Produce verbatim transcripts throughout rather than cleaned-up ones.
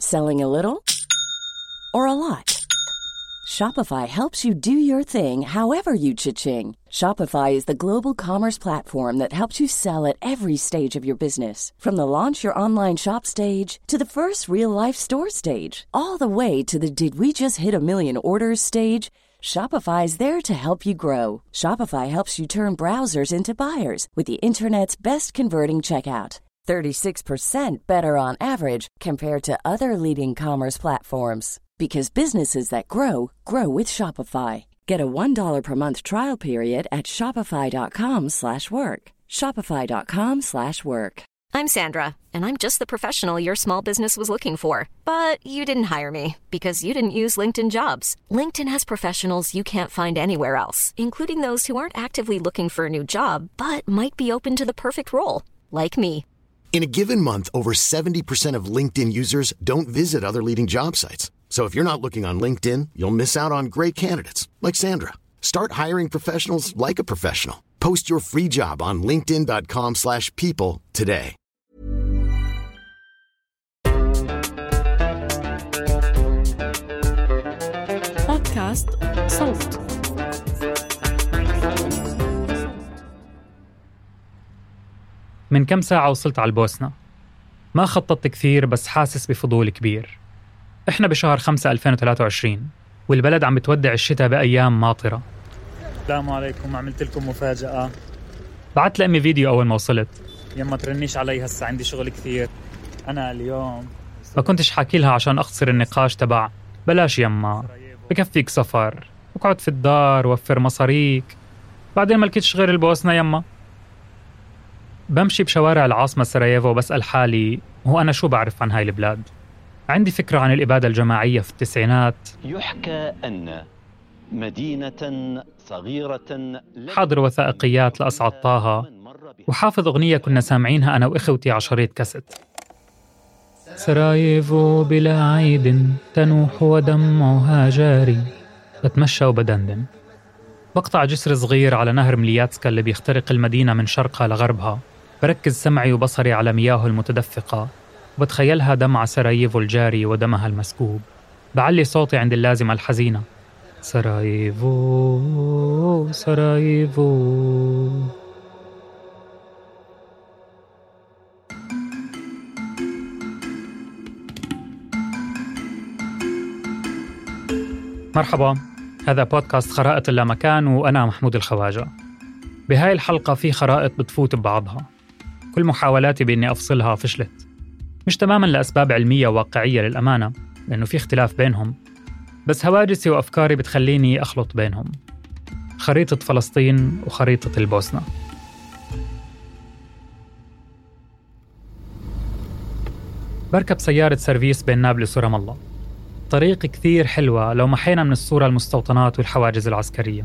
Selling a little or a lot? Shopify helps you do your thing however you cha-ching. Shopify is the global commerce platform that helps you sell at every stage of your business. From the launch your online shop stage to the first real-life store stage, all the way to the did we just hit a million orders stage. Shopify is there to help you grow. Shopify helps you turn browsers into buyers with the internet's best converting checkout. thirty-six percent better on average compared to other leading commerce platforms. Because businesses that grow, grow with Shopify. Get a one dollar per month trial period at shopify.com slash work. Shopify.com slash work. I'm Sandra, and I'm just the professional your small business was looking for. But you didn't hire me because you didn't use LinkedIn Jobs. LinkedIn has professionals you can't find anywhere else, including those who aren't actively looking for a new job, but might be open to the perfect role, like me. In a given month, over seventy percent of LinkedIn users don't visit other leading job sites. So if you're not looking on LinkedIn, you'll miss out on great candidates like Sandra. Start hiring professionals like a professional. Post your free job on linkedin.com slash people today. بودكاست صوت. من كم ساعة وصلت على البوسنة. ما خططت كثير بس حاسس بفضول كبير. إحنا بشهر خمسة ألفين وثلاثة وعشرين والبلد عم بتودع الشتاء بأيام ماطرة. السلام عليكم، عملت لكم مفاجأة. بعت لأمي فيديو أول ما وصلت. يما ترنيش علي هسا، عندي شغل كثير. أنا اليوم ما كنتش حاكي لها عشان أخسر النقاش تبع بلاش يما، بكفيك سفر، وقعد في الدار وفر مصاريك، بعدين ما لقيتش غير البوسنة يما. بمشي بشوارع العاصمة سراييفو وبسأل حالي هو أنا شو بعرف عن هاي البلاد؟ عندي فكرة عن الإبادة الجماعية في التسعينات. يحكى أن مدينة صغيرة حاضر وثائقيات لأسعد طه، وحافظ أغنية كنا سامعينها أنا وإخوتي على شريط كاسيت. سراييفو بلا عيد تنوح ودمعها جاري، بتمشى وبدندن. بقطع جسر صغير على نهر ملياتسكا اللي بيخترق المدينة من شرقها لغربها. بركز سمعي وبصري على مياهه المتدفقة وبتخيلها دمع سراييفو الجاري ودمها المسكوب. بعلي صوتي عند اللازمة الحزينة، سراييفو سراييفو. مرحبا، هذا بودكاست خرائط اللامكان وأنا محمود الخواجة. بهاي الحلقة في خرائط بتفوت ببعضها، كل محاولاتي بإني أفصلها فشلت، مش تماماً لأسباب علمية واقعية للأمانة لأنه في اختلاف بينهم، بس هواجسي وأفكاري بتخليني أخلط بينهم. خريطة فلسطين وخريطة البوسنة. بركب سيارة سيرفيس بين نابلس ورام الله. طريق كثير حلوة لو محينا من الصورة المستوطنات والحواجز العسكرية.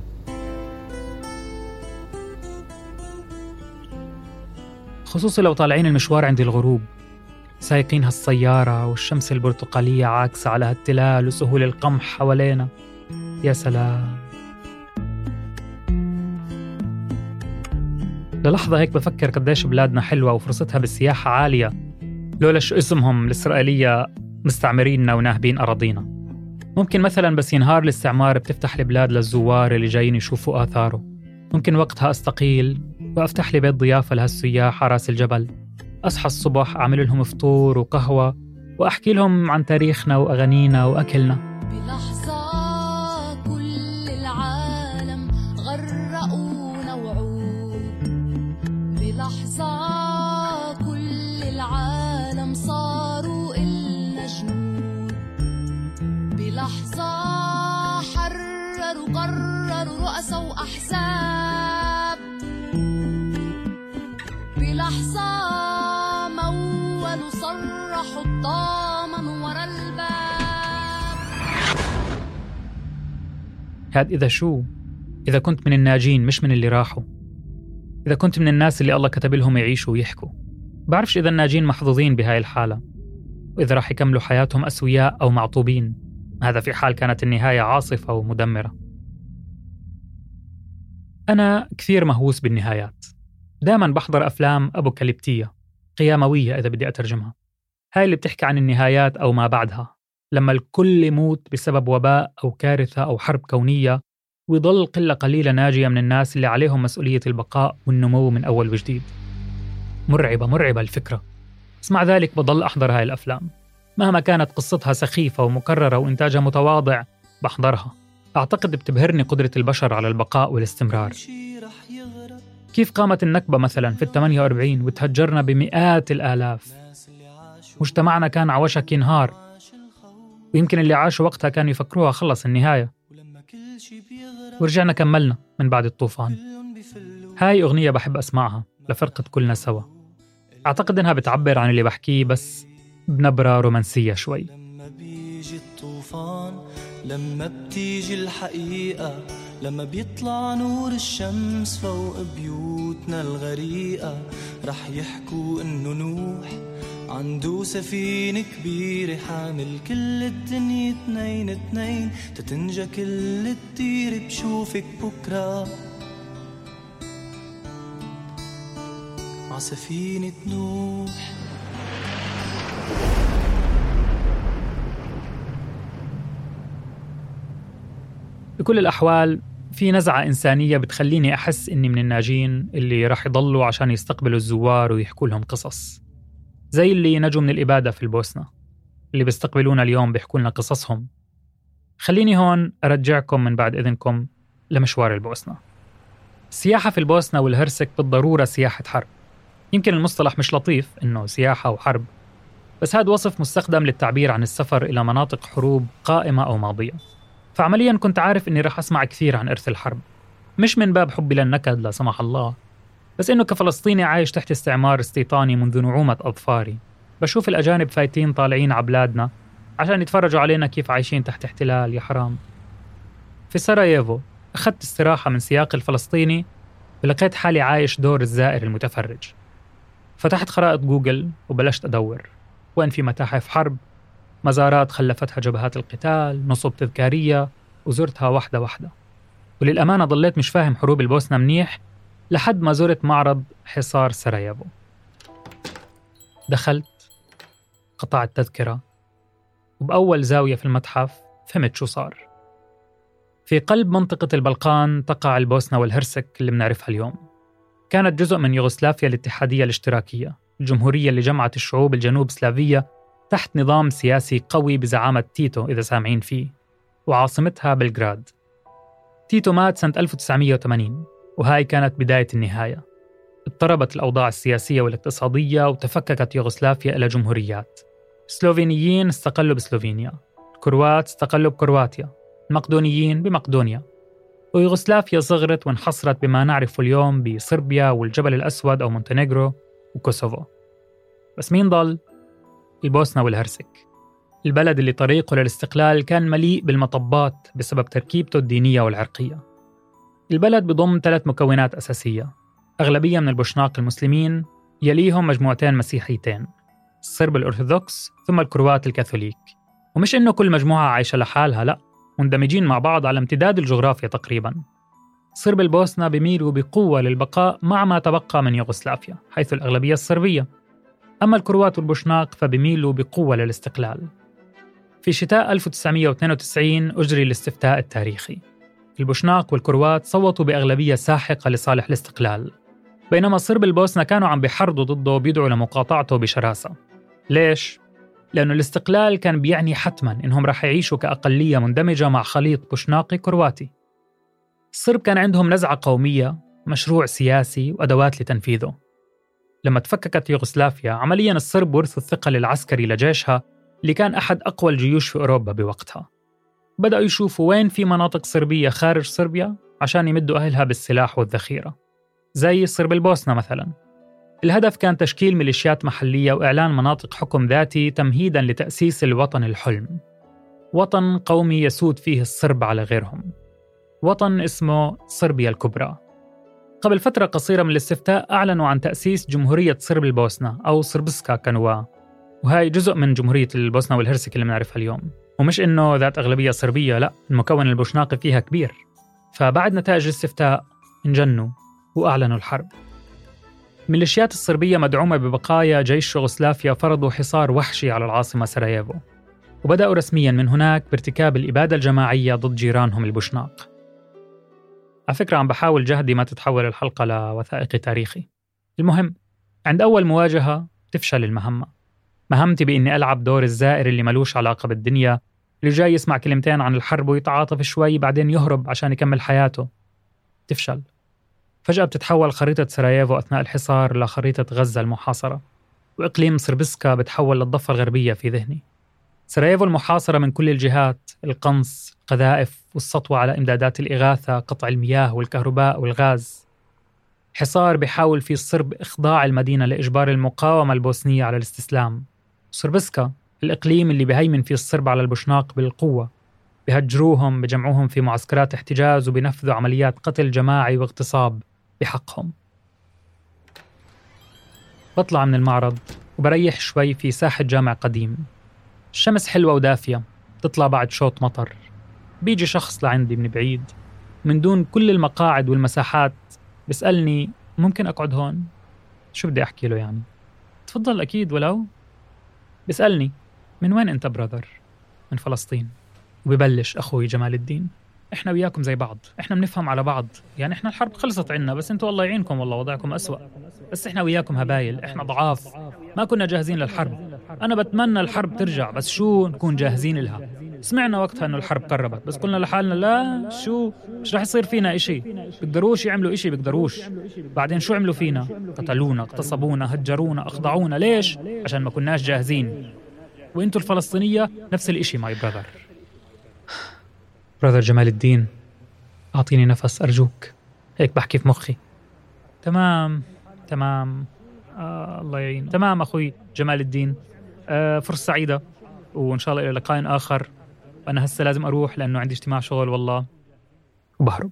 خصوصي لو طالعين المشوار عند الغروب، سايقين هالسيارة والشمس البرتقالية عاكسة على هالتلال وسهول القمح حوالينا. يا سلام. للحظة هيك بفكر قديش بلادنا حلوة وفرصتها بالسياحة عالية، لولا شو اسمهم الإسرائيلية مستعمريننا وناهبين أراضينا. ممكن مثلا بس ينهار الاستعمار بتفتح البلاد للزوار اللي جايين يشوفوا آثاره. ممكن وقتها أستقيل وأفتح لي بيت ضيافة لهالسياح على راس الجبل. أصحى الصبح أعمل لهم فطور وقهوة وأحكي لهم عن تاريخنا وأغانينا وأكلنا. بلحظة كل العالم غرقونا وعود، بلحظة كل العالم صاروا إلنا جنود، بلحظة حرروا قرروا رؤساء وأحزاب، بلحظة مولوا صرحوا الضامن ورا الباب. هاد إذا شو؟ إذا كنت من الناجين مش من اللي راحوا، إذا كنت من الناس اللي الله كتب لهم يعيشوا ويحكوا. بعرفش إذا الناجين محظوظين بهاي الحالة، وإذا راح يكملوا حياتهم أسوياء أو معطوبين، هذا في حال كانت النهاية عاصفة ومدمرة. أنا كثير مهووس بالنهايات، دائما بحضر أفلام أبوكاليبتية، قياموية إذا بدي أترجمها. هاي اللي بتحكي عن النهايات أو ما بعدها، لما الكل يموت بسبب وباء أو كارثة أو حرب كونية، ويضل قلة قليلة ناجية من الناس اللي عليهم مسؤولية البقاء والنمو من أول وجديد. مرعبة مرعبة الفكرة، بس مع ذلك بضل أحضر هاي الأفلام مهما كانت قصتها سخيفة ومكررة وإنتاجها متواضع. بحضرها، أعتقد بتبهرني قدرة البشر على البقاء والاستمرار. كيف قامت النكبة مثلا في الثمانية وأربعين وتهجرنا بمئات الآلاف، مجتمعنا كان عوشك ينهار، ويمكن اللي عاشوا وقتها كانوا يفكروها خلص النهاية، ورجعنا كملنا من بعد الطوفان. هاي أغنية بحب أسمعها لفرقة كلنا سوا، أعتقد إنها بتعبر عن اللي بحكيه بس بنبرة رومانسية شوي. لما بيجي الطوفان، لما بتيجي الحقيقة، لما بيطلع نور الشمس فوق بيوتنا الغريقة، رح يحكوا إنه نوح عنده سفينة كبيرة حامل كل الدنيا اتنين اتنين، تتنجى كل الدير بشوفك بكرة مع سفينة نوح. بكل الأحوال في نزعة إنسانية بتخليني أحس إني من الناجين اللي رح يضلوا عشان يستقبلوا الزوار ويحكوا لهم قصص، زي اللي نجوا من الإبادة في البوسنة اللي بيستقبلونا اليوم بيحكوا لنا قصصهم. خليني هون أرجعكم من بعد إذنكم لمشوار البوسنة. السياحة في البوسنة والهرسك بالضرورة سياحة حرب. يمكن المصطلح مش لطيف إنه سياحة وحرب، بس هذا وصف مستخدم للتعبير عن السفر إلى مناطق حروب قائمة أو ماضية. فعملياً كنت عارف إني رح أسمع كثير عن إرث الحرب، مش من باب حبي للنكد لا سمح الله، بس إنه كفلسطيني عايش تحت استعمار استيطاني منذ نعومة أظفاري، بشوف الأجانب فايتين طالعين عبلادنا عشان يتفرجوا علينا كيف عايشين تحت احتلال يا حرام. في سراييفو أخذت استراحة من سياق الفلسطيني ولقيت حالي عايش دور الزائر المتفرج. فتحت خرائط جوجل وبلشت أدور وين في متاحف حرب، مزارات خلفتها جبهات القتال، نصب تذكارية، وزرتها واحدة واحدة. وللأمانة ضليت مش فاهم حروب البوسنة منيح لحد ما زرت معرض حصار سراييفو. دخلت، قطعت تذكرة، وبأول زاوية في المتحف فهمت شو صار. في قلب منطقة البلقان تقع البوسنة والهرسك اللي بنعرفها اليوم. كانت جزء من يوغوسلافيا الاتحادية الاشتراكية، الجمهورية اللي جمعت الشعوب الجنوب سلافية تحت نظام سياسي قوي بزعامة تيتو إذا سامعين فيه، وعاصمتها بلغراد. تيتو مات سنة ألف وتسعمية وثمانين، وهاي كانت بداية النهاية. اضطربت الأوضاع السياسية والاقتصادية وتفككت يوغوسلافيا إلى جمهوريات. السلوفينيين استقلوا بسلوفينيا، الكروات استقلوا بكرواتيا، المقدونيين بمقدونيا، ويوغوسلافيا صغرت وانحصرت بما نعرفه اليوم بصربيا والجبل الأسود أو مونتينيغرو وكوسوفو. بس مين ضل؟ البوسنة والهرسك، البلد اللي طريقه للاستقلال كان مليء بالمطبات بسبب تركيبته الدينية والعرقية. البلد بضم ثلاث مكونات أساسية، أغلبية من البوشناق المسلمين، يليهم مجموعتين مسيحيتين، الصرب الأرثوذكس ثم الكروات الكاثوليك. ومش إنه كل مجموعة عايشة لحالها، لأ، مندمجين مع بعض على امتداد الجغرافيا تقريباً. صرب البوسنة بيميلوا بقوة للبقاء مع ما تبقى من يوغوسلافيا حيث الأغلبية الصربية، أما الكروات والبوشناق فبيميلوا بقوة للاستقلال. في شتاء ألف وتسعمية واثنين وتسعين أجري الاستفتاء التاريخي. البوشناق والكروات صوتوا بأغلبية ساحقة لصالح الاستقلال، بينما صرب البوسنة كانوا عم بيحرضوا ضده وبيدعوا لمقاطعته بشراسة. ليش؟ لأنه الاستقلال كان بيعني حتماً إنهم رح يعيشوا كأقلية مندمجة مع خليط بوشناقي كرواتي. الصرب كان عندهم نزعة قومية، مشروع سياسي وأدوات لتنفيذه. لما تفككت يوغوسلافيا عملياً الصرب ورثوا الثقل العسكري لجيشها اللي كان أحد أقوى الجيوش في أوروبا بوقتها. بدأوا يشوفوا وين في مناطق صربية خارج صربيا عشان يمدوا أهلها بالسلاح والذخيرة، زي صرب البوسنة مثلاً. الهدف كان تشكيل ميليشيات محلية وإعلان مناطق حكم ذاتي تمهيداً لتأسيس الوطن الحلم، وطن قومي يسود فيه الصرب على غيرهم، وطن اسمه صربيا الكبرى. قبل فترة قصيرة من الاستفتاء أعلنوا عن تأسيس جمهورية صرب البوسنة أو صربسكا كانوا، وهي جزء من جمهورية البوسنة والهرسك اللي بنعرفها اليوم. ومش إنه ذات أغلبية صربية، لا، المكون البوشناقي فيها كبير. فبعد نتائج الاستفتاء انجنوا وأعلنوا الحرب. الميليشيات الصربية مدعومة ببقايا جيش يوغوسلافيا فرضوا حصار وحشي على العاصمة سراييفو، وبدأوا رسمياً من هناك بارتكاب الإبادة الجماعية ضد جيرانهم البوشناق. على فكرة عم بحاول جهدي ما تتحول الحلقة لوثائقي تاريخي. المهم، عند أول مواجهة تفشل المهمة. مهمتي بإني ألعب دور الزائر اللي ملوش علاقة بالدنيا، اللي جاي يسمع كلمتين عن الحرب ويتعاطف شوي بعدين يهرب عشان يكمل حياته. تفشل. فجأة بتتحول خريطة سراييفو أثناء الحصار لخريطة غزة المحاصرة، وإقليم صربسكا بتحول للضفة الغربية في ذهني. سراييفو المحاصرة من كل الجهات، القنص، القذائف والسطوة على إمدادات الإغاثة، قطع المياه والكهرباء والغاز. حصار بيحاول فيه الصرب إخضاع المدينة لإجبار المقاومة البوسنية على الاستسلام. صربسكا الإقليم اللي بيهيمن فيه الصرب على البوشناق بالقوة، بيهجروهم، بجمعوهم في معسكرات احتجاز وبينفذوا عمليات قتل جماعي واغتصاب بحقهم. بطلع من المعرض وبريح شوي في ساحة جامع قديم. الشمس حلوة ودافية، تطلع بعد شوط مطر. بيجي شخص لعندي من بعيد من دون كل المقاعد والمساحات، بيسألني ممكن أقعد هون؟ شو بدي أحكي له يعني؟ تفضل أكيد. ولو بيسألني من وين أنت براذر؟ من فلسطين. وبيبلش أخوي جمال الدين، إحنا وياكم زي بعض، إحنا بنفهم على بعض، يعني إحنا الحرب خلصت عنا، بس أنتوا الله يعينكم، والله وضعكم أسوأ، بس إحنا وياكم هبايل، إحنا ضعاف، ما كنا جاهزين للحرب. أنا بتمنى الحرب ترجع، بس شو نكون جاهزين لها. سمعنا وقتها إنه الحرب قربت، بس قلنا لحالنا لا، شو مش رح يصير فينا إشي، بيقدروش يعملوا إشي، بيقدروش. بعدين شو عملوا فينا؟ قتلونا، اغتصبونا، هجرونا، أخضعونا. ليش؟ عشان ما كناش جاهزين. وإنتوا الفلسطينية نفس الإشي ماي براذر. براذر جمال الدين، أعطيني نفس أرجوك، هيك بحكي في مخي. تمام تمام آه الله يعين. تمام أخوي جمال الدين، آه فرصة سعيدة، وإن شاء الله إلى لقاء آخر. أنا هسه لازم أروح لأنه عندي اجتماع شغل والله، وبهرب.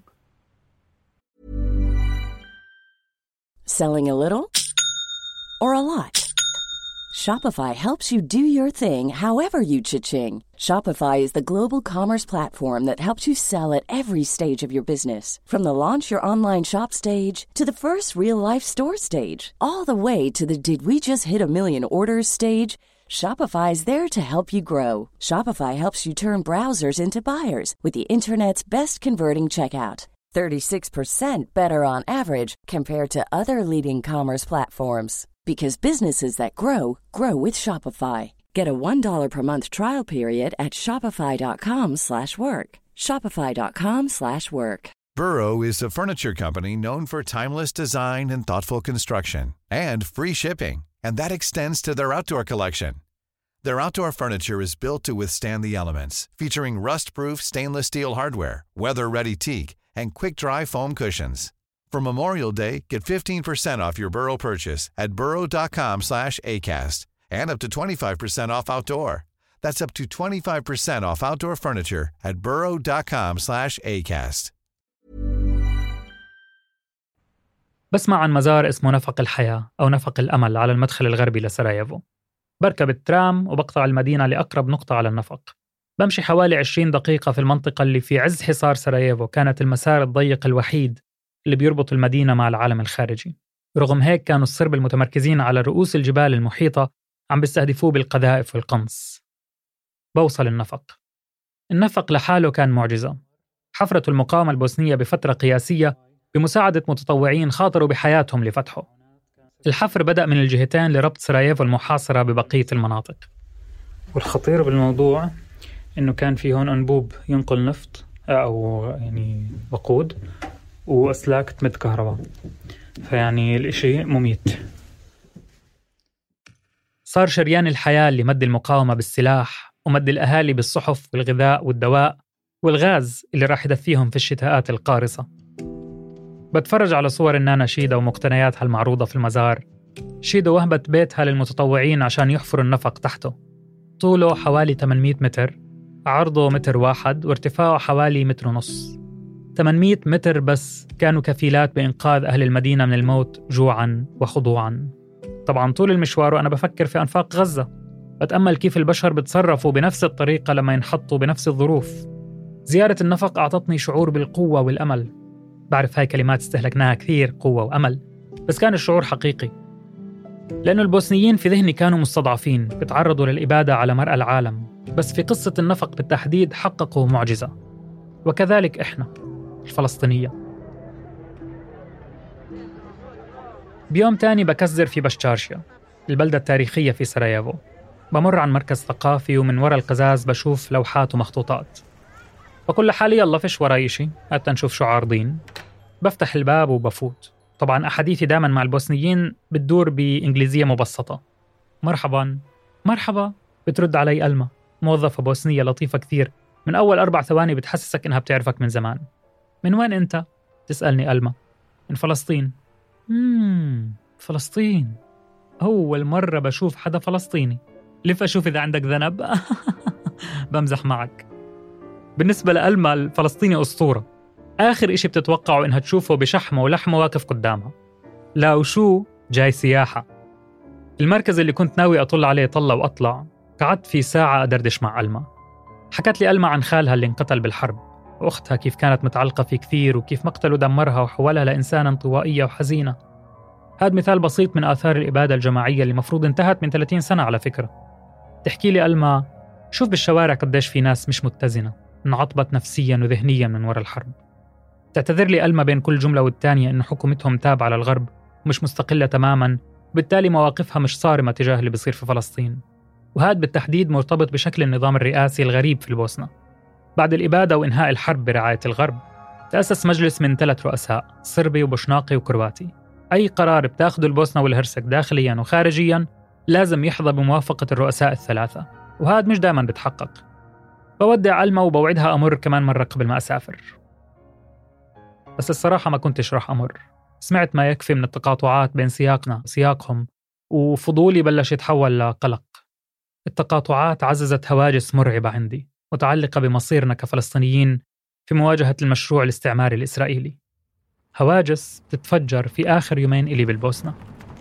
Selling a little or a lot? Shopify helps you do your thing however you cha-ching. Shopify is the global commerce platform that helps you sell at every stage of your business. From the launch your online shop stage to the first real-life store stage, all the way to the did we just hit a million orders stage. Shopify is there to help you grow. Shopify helps you turn browsers into buyers with the internet's best converting checkout. thirty-six percent better on average compared to other leading commerce platforms. Because businesses that grow, grow with Shopify. Get a one dollar per month trial period at shopify.com slash work. Shopify.com slash work. Burrow is a furniture company known for timeless design and thoughtful construction, and free shipping, and that extends to their outdoor collection. Their outdoor furniture is built to withstand the elements, featuring rust-proof stainless steel hardware, weather-ready teak, and quick-dry foam cushions. For Memorial Day, get fifteen percent off your Burrow purchase at burrow.com slash ACAST and up to twenty-five percent off outdoor. That's up to twenty-five percent off outdoor furniture at burrow.com slash ACAST. بسمع عن مزار اسمه نفق الحياة أو نفق الأمل على المدخل الغربي لسراييفو. بركب الترام وبقطع المدينة لأقرب نقطة على النفق. بمشي حوالي عشرين دقيقة في المنطقة اللي في عز حصار سراييفو كانت المسار الضيق الوحيد اللي بيربط المدينة مع العالم الخارجي. رغم هيك كانوا الصرب المتمركزين على رؤوس الجبال المحيطة عم بيستهدفوه بالقذائف والقنص. بوصل النفق. النفق لحاله كان معجزة. حفرة المقاومة البوسنية بفترة قياسية بمساعدة متطوعين خاطروا بحياتهم لفتحه. الحفر بدأ من الجهتين لربط سراييفو المحاصرة ببقية المناطق. والخطير بالموضوع إنه كان في هون أنبوب ينقل نفط أو يعني وقود وأسلاك تمد كهرباء، فيعني الإشي مميت. صار شريان الحياة اللي مد المقاومة بالسلاح ومد الأهالي بالصحف والغذاء والدواء والغاز اللي راح يدفيهم في الشتاءات القارصة. بتفرج على صور النانا شيدا ومقتنياتها المعروضة في المزار. شيدا وهبت بيتها للمتطوعين عشان يحفروا النفق تحته. طوله حوالي ثمانمئة متر، عرضه متر واحد، وارتفاعه حوالي متر ونص. ثمانمئة متر بس كانوا كفيلات بإنقاذ أهل المدينة من الموت جوعاً وخضوعاً. طبعاً طول المشوار وأنا بفكر في أنفاق غزة، بتأمل كيف البشر بتصرفوا بنفس الطريقة لما ينحطوا بنفس الظروف. زيارة النفق أعطتني شعور بالقوة والأمل. بعرف هاي كلمات استهلكناها كثير، قوة وأمل، بس كان الشعور حقيقي، لأنه البوسنيين في ذهني كانوا مستضعفين بيتعرضوا للإبادة على مرأى العالم، بس في قصة النفق بالتحديد حققوا معجزة. وكذلك إحنا الفلسطينية. بيوم تاني بكزر في بشتشارشيا، البلدة التاريخية في سراييفو. بمر عن مركز ثقافي ومن وراء القزاز بشوف لوحات ومخطوطات. بقول لحالي يلا فيش وراي شي، حتى نشوف شو عارضين. بفتح الباب وبفوت. طبعا أحاديثي دائما مع البوسنيين بتدور بإنجليزية مبسطة. مرحبا مرحبا، بترد علي ألما، موظفة بوسنية لطيفة كثير، من أول أربع ثواني بتحسسك إنها بتعرفك من زمان. من وين أنت؟ تسألني ألما. من فلسطين. مم فلسطين، أول مرة بشوف حدا فلسطيني. لف أشوف إذا عندك ذنب. بمزح معك. بالنسبة لألما الفلسطيني أسطورة، آخر إشي بتتوقعوا إنها تشوفه بشحمة ولحمة واقف قدامها. لا وشو جاي سياحة. المركز اللي كنت ناوي أطل عليه طلع وأطلع، قعدت في ساعة أدردش مع ألما. حكت لي ألما عن خالها اللي انقتل بالحرب، وأختها كيف كانت متعلقة فيه كثير، وكيف مقتله دمرها وحولها لإنسانة انطوائية وحزينة. هذا مثال بسيط من آثار الإبادة الجماعية اللي مفروض انتهت من ثلاثين سنة على فكرة. تحكي لي ألما، شوف بالشوارع قديش في ناس مش متزنة، انعطبت نفسياً وذهنياً من وراء الحرب. تعتذر لي ألما بين كل جملة والتانية إنه حكومتهم تابعة للغرب ومش مستقلة تماماً، وبالتالي مواقفها مش صارمة تجاه اللي بيصير في فلسطين. وهذا بالتحديد مرتبط بشكل النظام الرئاسي الغريب في البوسنة. بعد الإبادة وإنهاء الحرب برعاية الغرب، تأسس مجلس من ثلاث رؤساء، صربي وبوشناقي وكرواتي. أي قرار بتاخده البوسنة والهرسك داخلياً وخارجياً لازم يحظى بموافقة الرؤساء الثلاثة، وهذا مش دائماً بتحقق. بودع ألما وبوعدها أمر كمان مرة قبل ما أسافر. بس الصراحة ما كنتش راح أمر. سمعت ما يكفي من التقاطعات بين سياقنا وسياقهم، وفضولي بلش يتحول لقلق. التقاطعات عززت هواجس مرعبة عندي متعلقة بمصيرنا كفلسطينيين في مواجهة المشروع الاستعماري الإسرائيلي. هواجس تتفجر في آخر يومين إلي بالبوسنة.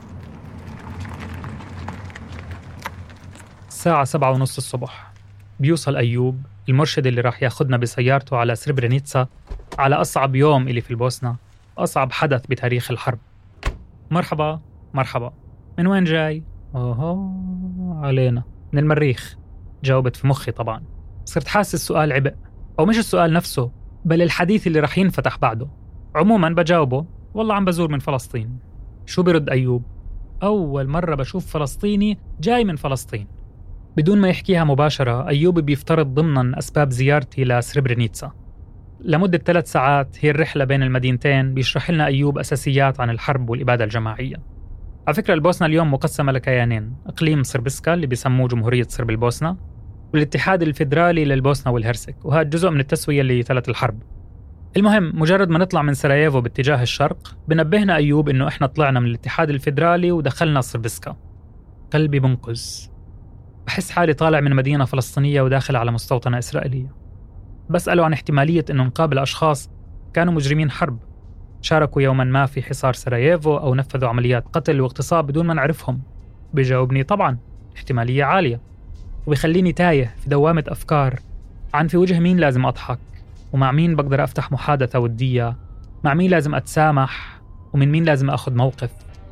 الساعة سبعة ونص الصبح بيوصل أيوب المرشد اللي راح ياخدنا بسيارته على سربرينيتسا، على أصعب يوم إلي في البوسنة، أصعب حدث بتاريخ الحرب. مرحبا مرحبا، من وين جاي؟ أوه علينا، من المريخ. جاوبت في مخي طبعا. صرت حاسس السؤال عبء، أو مش السؤال نفسه بل الحديث اللي رح ينفتح بعده. عموما بجاوبه والله عم بزور من فلسطين. شو برد أيوب؟ أول مرة بشوف فلسطيني جاي من فلسطين. بدون ما يحكيها مباشرة، أيوب بيفترض ضمنا أسباب زيارتي لسربرينيتسا. لمدة ثلاث ساعات هي الرحلة بين المدينتين، بيشرح لنا أيوب أساسيات عن الحرب والإبادة الجماعية. على فكرة البوسنة اليوم مقسمة لكيانين، إقليم صربسكا اللي بيسموه جمهورية صرب البوسنة، والاتحاد الفيدرالي للبوسنة والهرسك، وهذا جزء من التسوية اللي تلت الحرب. المهم مجرد ما نطلع من سراييفو باتجاه الشرق، بنبهنا أيوب إنه إحنا طلعنا من الاتحاد الفيدرالي ودخلنا صربسكا. قلبي بنقز، بحس حالي طالع من مدينة فلسطينية وداخل على مستوطنة إسرائيلية. بسأله عن احتمالية إنه نقابل أشخاص كانوا مجرمين حرب، شاركوا يوما ما في حصار سراييفو أو نفذوا عمليات قتل واغتصاب بدون ما نعرفهم. بيجاوبني طبعا احتمالية عالية، وبيخليني تايه في دوامة أفكار عن في وجه مين لازم أضحك، ومع مين بقدر أفتح محادثة ودية، مع مين لازم أتسامح، ومن مين لازم أخذ موقف.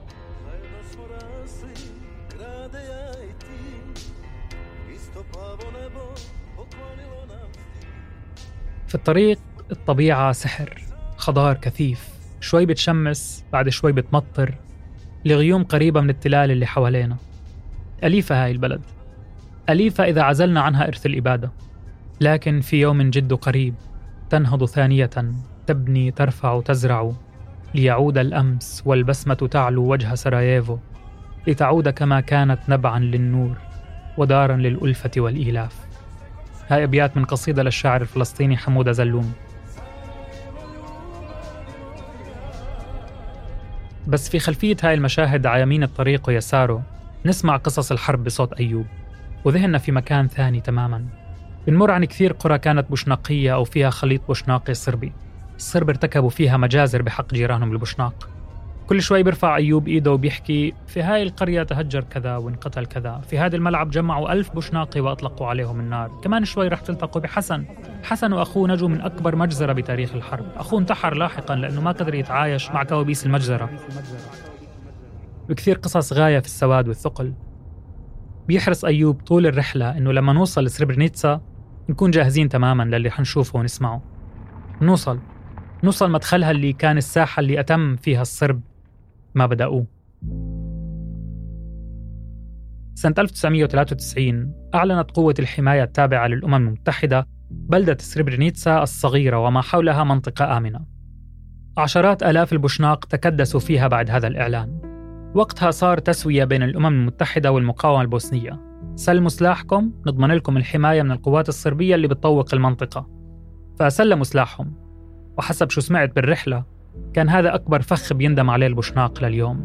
في الطريق الطبيعة سحر، خضار كثيف، شوي بتشمس بعد شوي بتمطر، لغيوم قريبة من التلال اللي حوالينا. أليفة هاي البلد، أليفة إذا عزلنا عنها إرث الإبادة، لكن في يوم جد قريب تنهض ثانية، تبني ترفع تزرع، ليعود الأمس والبسمة تعلو وجه سراييفو، لتعود كما كانت نبعا للنور ودارا للألفة والإيلاف. هاي أبيات من قصيدة للشاعر الفلسطيني حمودة زلوم. بس في خلفية هاي المشاهد على يمين الطريق ويساره نسمع قصص الحرب بصوت أيوب، وذهننا في مكان ثاني تماماً. بنمر عن كثير قرى كانت بوشناقية أو فيها خليط بوشناقي صربي. الصرب ارتكبوا فيها مجازر بحق جيرانهم البوشناق. كل شوي بيرفع أيوب إيده وبيحكي في هاي القرية تهجر كذا وانقتل كذا، في هذا الملعب جمعوا ألف بوشناقي وأطلقوا عليهم النار، كمان شوي رح تلتقوا بحسن. حسن وأخوه نجوا من أكبر مجزرة بتاريخ الحرب، أخوه انتحر لاحقا لأنه ما قدر يتعايش مع كوابيس المجزرة. وكثير قصص غاية في السواد والثقل. بيحرص أيوب طول الرحلة إنه لما نوصل لسربرنيتسا نكون جاهزين تماماً للي حنشوفه ونسمعه. نوصل نوصل مدخلها اللي كان الساحة اللي أتم فيها الصرب ما بدأوه. سنة ألف وتسعمائة وثلاثة وتسعين أعلنت قوة الحماية التابعة للأمم المتحدة بلدة سربرنيتسا الصغيرة وما حولها منطقة آمنة. عشرات آلاف البوشناق تكدسوا فيها بعد هذا الإعلان. وقتها صار تسوية بين الأمم المتحدة والمقاومة البوسنية. سلموا سلاحكم نضمن لكم الحماية من القوات الصربية اللي بتطوق المنطقة. فسلموا سلاحهم، وحسب شو سمعت بالرحلة كان هذا أكبر فخ بيندم عليه البوشناق لليوم.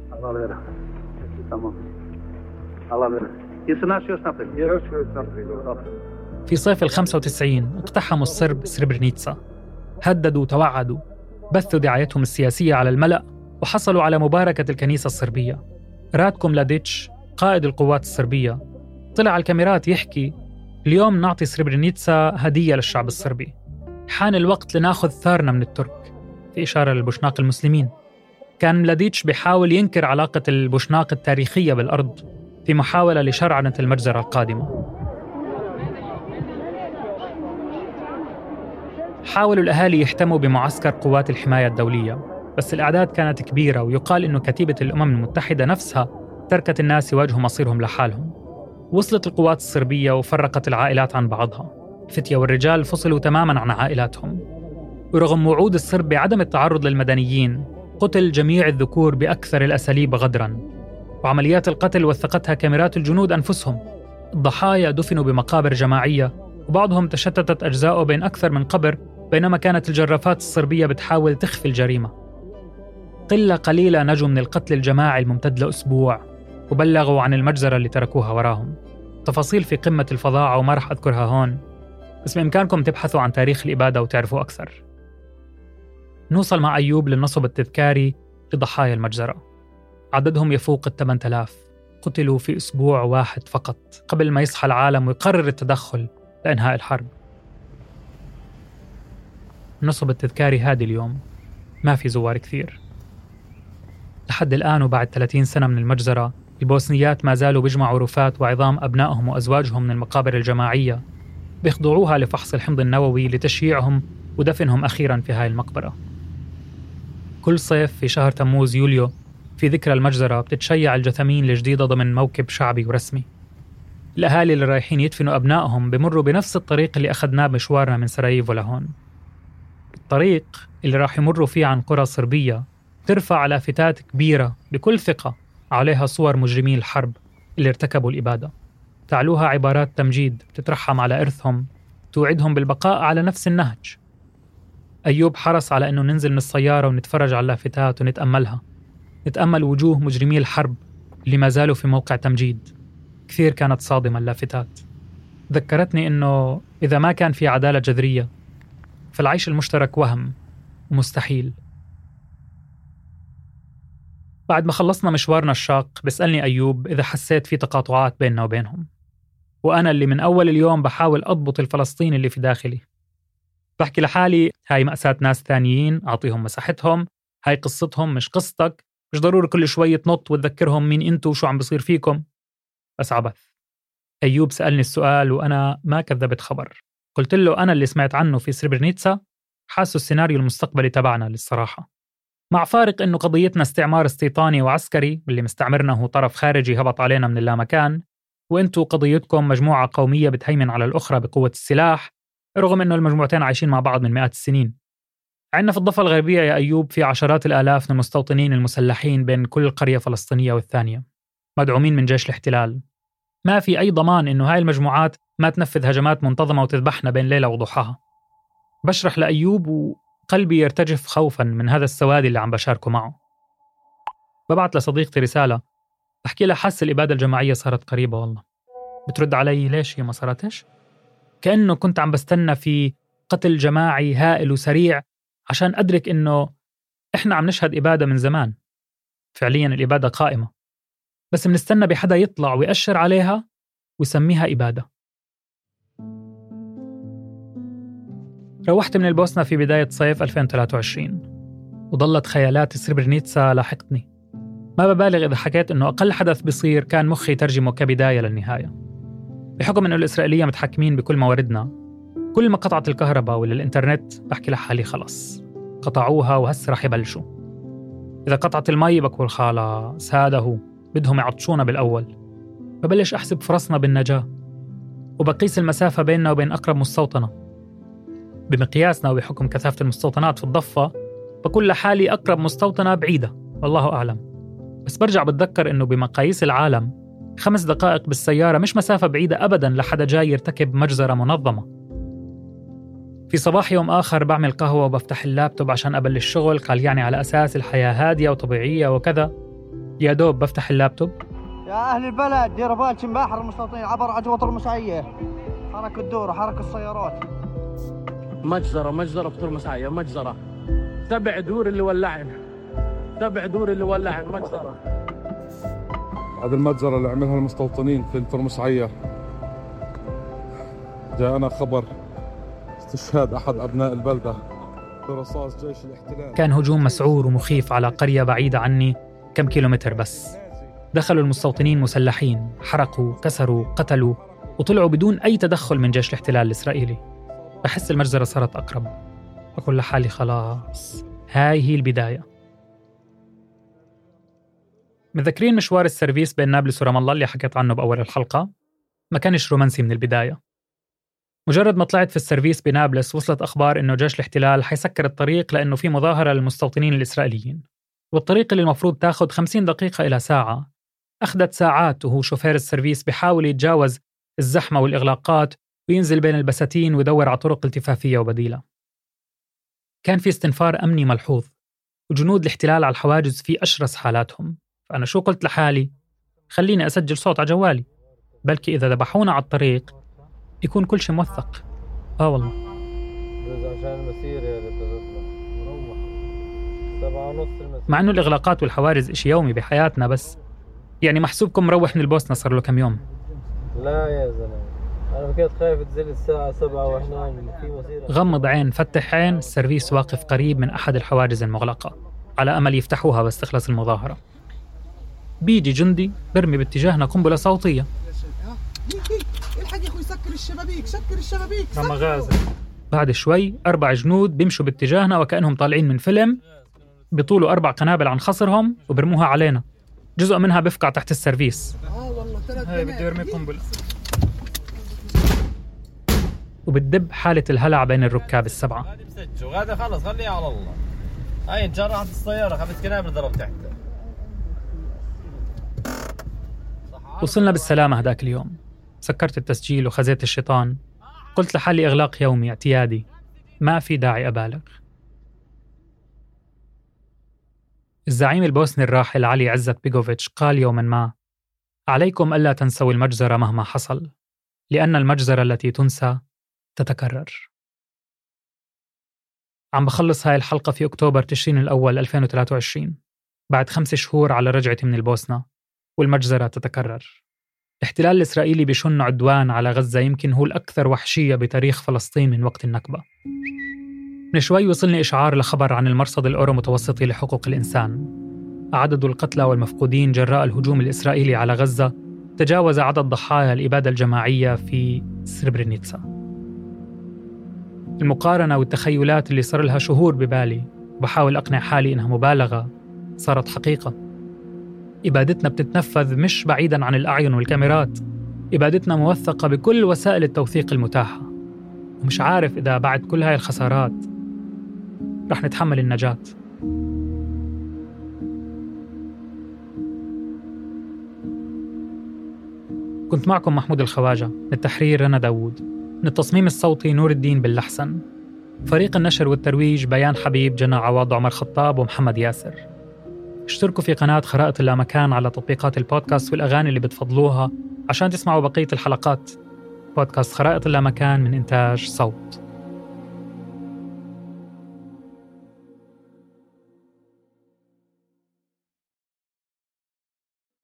في صيف الخمسة وتسعين اقتحموا الصرب سربرنيتسا، هددوا وتوعدوا، بثوا دعايتهم السياسية على الملأ، وحصلوا على مباركة الكنيسة الصربية. راتكو ملاديتش قائد القوات الصربية طلع على الكاميرات يحكي: اليوم نعطي سربرنيتسا هدية للشعب الصربي، حان الوقت لناخذ ثارنا من الترك، في إشارة للبوشناق المسلمين. كان ملاديتش بيحاول ينكر علاقة البوشناق التاريخية بالأرض في محاولة لشرعنة المجزرة القادمة. حاولوا الأهالي يحتموا بمعسكر قوات الحماية الدولية، بس الأعداد كانت كبيرة، ويقال إنه كتيبة الأمم المتحدة نفسها تركت الناس يواجهوا مصيرهم لحالهم. وصلت القوات الصربية وفرقت العائلات عن بعضها. الفتية والرجال فصلوا تماماً عن عائلاتهم، ورغم وعود الصرب بعدم التعرض للمدنيين قتل جميع الذكور بأكثر الأساليب غدراً، وعمليات القتل وثقتها كاميرات الجنود أنفسهم. الضحايا دفنوا بمقابر جماعية، وبعضهم تشتتت أجزاؤه بين أكثر من قبر، بينما كانت الجرافات الصربية بتحاول تخفي الجريمة. قلة قليلة نجوا من القتل الجماعي الممتد لأسبوع، وبلغوا عن المجزرة اللي تركوها وراهم. تفاصيل في قمة الفظاعة وما رح أذكرها هون، بس بإمكانكم تبحثوا عن تاريخ الإبادة وتعرفوا أكثر. نوصل مع أيوب للنصب التذكاري لضحايا المجزرة. عددهم يفوق الثمانية آلاف، قتلوا في أسبوع واحد فقط قبل ما يصحى العالم ويقرر التدخل لإنهاء الحرب. النصب التذكاري هادي اليوم، ما في زوار كثير لحد الآن. وبعد ثلاثين سنة من المجزرة، البوسنيات ما زالوا بيجمعوا رفات وعظام أبنائهم وأزواجهم من المقابر الجماعية، بيخضعوها لفحص الحمض النووي لتشييعهم ودفنهم أخيراً في هاي المقبرة. كل صيف في شهر تموز يوليو في ذكرى المجزرة بتتشيع الجثمين الجديدة ضمن موكب شعبي ورسمي. الأهالي اللي رايحين يدفنوا أبنائهم بمروا بنفس الطريق اللي أخذناه بمشوارنا من سراييفو لهون. الطريق اللي راح يمروا فيه عن قرى صربية ترفع لافتات كبيرة بكل ثقة عليها صور مجرمي الحرب اللي ارتكبوا الإبادة. تعلوها عبارات تمجيد تترحم على إرثهم، توعدهم بالبقاء على نفس النهج. أيوب حرص على أنه ننزل من السيارة ونتفرج على اللافتات ونتأملها، نتأمل وجوه مجرمي الحرب اللي ما زالوا في موقع تمجيد. كثير كانت صادمة اللافتات، ذكرتني أنه إذا ما كان في عدالة جذرية فالعيش المشترك وهم ومستحيل. بعد ما خلصنا مشوارنا الشاق بسألني أيوب إذا حسيت في تقاطعات بيننا وبينهم، وأنا اللي من أول اليوم بحاول أضبط الفلسطيني اللي في داخلي. بحكي لحالي هاي مأساة ناس ثانيين، أعطيهم مساحتهم، هاي قصتهم مش قصتك، مش ضروري كل شوية تنط وتذكرهم مين أنتوا وشو عم بصير فيكم. بس عبث. أيوب سألني السؤال وأنا ما كذبت خبر. قلت له أنا اللي سمعت عنه في سربرنيتسا حاسه السيناريو المستقبلي تبعنا للصراحة، مع فارق إنه قضيتنا استعمار استيطاني وعسكري واللي مستعمرنا هو طرف خارجي هبط علينا من اللامكان، وإنتوا قضيتكم مجموعة قومية بتهيمن على الأخرى بقوة السلاح، رغم إنه المجموعتين عايشين مع بعض من مئات السنين. عندنا في الضفة الغربية يا أيوب في عشرات الآلاف من المستوطنين المسلحين بين كل قرية فلسطينية والثانية، مدعومين من جيش الاحتلال. ما في أي ضمان إنه هاي المجموعات ما تنفذ هجمات منتظمة وتذبحنا بين ليلة وضحاها. بشرح لأيوب وقلبي يرتجف خوفاً من هذا السواد اللي عم بشاركه معه. ببعت لصديقتي رسالة بحكي لها حاسة الإبادة الجماعية صارت قريبة والله. بترد علي ليش هي ما صارتش؟ كأنه كنت عم بستنى في قتل جماعي هائل وسريع عشان أدرك إنه إحنا عم نشهد إبادة من زمان. فعلياً الإبادة قائمة، بس بنستنى بحدا يطلع ويأشر عليها ويسميها إبادة. روحت من البوسنة في بداية صيف ألفين وثلاثة وعشرين، وظلت خيالات سربرنيتسا لاحقتني. ما ببالغ إذا حكيت إنه أقل حدث بيصير كان مخي ترجمه كبداية للنهاية. بحكم إنه الإسرائيلية متحكمين بكل مواردنا، كل ما قطعت الكهرباء ولا الإنترنت بحكي لحالي خلص قطعوها وهسه رح يبلشوا. إذا قطعت المي بقول خلاص هذا هو، بدهم يعطشونا بالأول. ببلش أحسب فرصنا بالنجاة وبقيس المسافة بيننا وبين أقرب مستوطنة بمقياسنا وبحكم كثافة المستوطنات في الضفة. بقول لحالي أقرب مستوطنة بعيدة والله أعلم، بس برجع بتذكر إنه بمقاييس العالم خمس دقائق بالسيارة مش مسافة بعيدة أبداً لحدا جاي يرتكب مجزرة منظمة. في صباح يوم آخر بعمل قهوة وبفتح اللابتوب عشان أبلش الشغل، قال يعني على أساس الحياة هادية وطبيعية وكذا. يا دوب بفتح اللابتوب، يا أهل البلد ديروا بالكم بحر المستوطنين عبر عجوة المسعية، حركة الدورة حركة السيارات. مجزرة مجزرة بطول مسعية، مجزرة سبع دور اللي ولعن، سبع دور اللي ولعن مجزرة. هذه المجزرة اللي عملها المستوطنين في الترمسعية، جاءنا خبر استشهاد أحد أبناء البلدة برصاص جيش الاحتلال. كان هجوم مسعور ومخيف على قرية بعيدة عني كم كيلومتر بس. دخلوا المستوطنين مسلحين، حرقوا، كسروا، قتلوا، وطلعوا بدون أي تدخل من جيش الاحتلال الإسرائيلي. بحس المجزرة صارت أقرب. بقول لحالي خلاص هاي هي البداية. متذكرين مشوار السيرفيس بين نابلس ورام الله اللي حكيت عنه بأول الحلقة؟ ما كانش رومانسي من البداية. مجرد ما طلعت في السيرفيس بنابلس وصلت أخبار إنه جيش الاحتلال حيسكر الطريق لأنه في مظاهرة للمستوطنين الإسرائيليين، والطريق اللي المفروض تاخد خمسين دقيقة إلى ساعة أخذت ساعات، وهو شوفير السيرفيس بيحاول يتجاوز الزحمة والإغلاقات وينزل بين البساتين ويدور على طرق التفافية وبديلة. كان في استنفار أمني ملحوظ، وجنود الاحتلال على الحواجز في أشرس حالاتهم. فأنا شو قلت لحالي؟ خليني أسجل صوت على جوالي، بلكي إذا ذبحونا على الطريق يكون كل شيء موثق. آه والله. عشان المسير يا ريت مروح سبعة ونص المسير. مع إنه الإغلاقات والحوارز إشي يومي بحياتنا، بس يعني محسوبكم مروح من البوسنة صار له كم يوم. لا يا زلمة أنا بكيت خايف تزل الساعة سبعة وإحنا في مسير. غمض عين فتح عين، السيرفيس واقف قريب من أحد الحواجز المغلقة على أمل يفتحوها بس تخلص المظاهرة. بيجي جندي برمي باتجاهنا قنبلة صوتية. الحق يا اخوي سكر الشبابيك، سكر الشبابيك. بعد شوي أربع جنود بيمشوا باتجاهنا وكأنهم طالعين من فيلم، بيطولوا أربع قنابل عن خصرهم وبرموها علينا. جزء منها بفقع تحت السيرفيس. اه والله ثلاث هاي بدي ارمي قنبلة. وبتدب حالة الهلع بين الركاب السبعة. وهذا خلص خليه على الله. هاي انجرحت السيارة، خمس قنابل ضرب تحت. وصلنا بالسلامة هداك اليوم. سكرت التسجيل وخزيت الشيطان. قلت لحالي إغلاق يومي اعتيادي، ما في داعي أبالغ. الزعيم البوسني الراحل علي عزت بيغوفيتش قال يوما ما: عليكم ألا تنسوا المجزرة مهما حصل، لأن المجزرة التي تنسى تتكرر. عم بخلص هاي الحلقة في أكتوبر تشرين الأول ألفين وثلاثة وعشرين، بعد خمس شهور على رجعتي من البوسنة، والمجزرة تتكرر. الاحتلال الإسرائيلي بيشن عدوان على غزة يمكن هو الأكثر وحشية بتاريخ فلسطين من وقت النكبة. من شوي وصلني إشعار لخبر عن المرصد الأورو متوسطي لحقوق الإنسان. عدد القتلى والمفقودين جراء الهجوم الإسرائيلي على غزة تجاوز عدد ضحايا الإبادة الجماعية في سربرينيتسا. المقارنة والتخيلات اللي صار لها شهور ببالي وبحاول أقنع حالي إنها مبالغة صارت حقيقة. إبادتنا بتتنفذ مش بعيداً عن الأعين والكاميرات، إبادتنا موثقة بكل وسائل التوثيق المتاحة، ومش عارف إذا بعد كل هاي الخسارات رح نتحمل النجاة. كنت معكم محمود الخواجة، من التحرير رنا داوود، من التصميم الصوتي نور الدين باللحسن، فريق النشر والترويج بيان حبيب، جنى عوض، عمر خطاب ومحمد ياسر. اشتركوا في قناة خرائط اللامكان على تطبيقات البودكاست والأغاني اللي بتفضلوها عشان تسمعوا بقية الحلقات. بودكاست خرائط اللامكان من إنتاج صوت.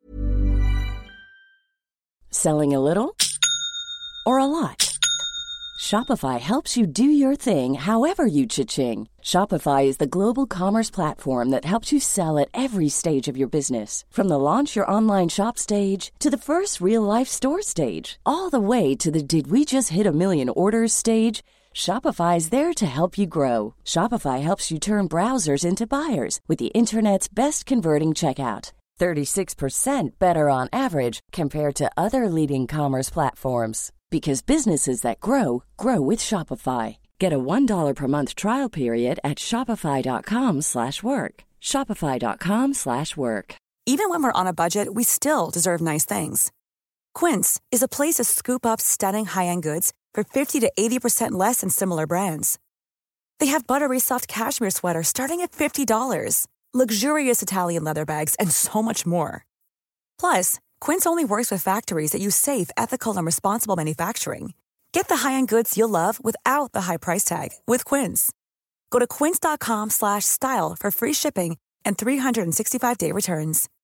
Selling a little or a lot? Shopify helps you do your thing however you cha-ching. Shopify is the global commerce platform that helps you sell at every stage of your business. From the launch your online shop stage to the first real-life store stage, all the way to the did we just hit a million orders stage. Shopify is there to help you grow. Shopify helps you turn browsers into buyers with the internet's best converting checkout. thirty-six percent better on average compared to other leading commerce platforms. Because businesses that grow, grow with Shopify. Get a one dollar per month trial period at shopify.com slash work. Shopify.com slash work. Even when we're on a budget, we still deserve nice things. Quince is a place to scoop up stunning high-end goods for fifty to eighty percent less than similar brands. They have buttery soft cashmere sweaters starting at fifty dollars, luxurious Italian leather bags, and so much more. Plus, Quince only works with factories that use safe, ethical, and responsible manufacturing. Get the high-end goods you'll love without the high price tag with Quince. Go to quince.com slash style for free shipping and three sixty-five day returns.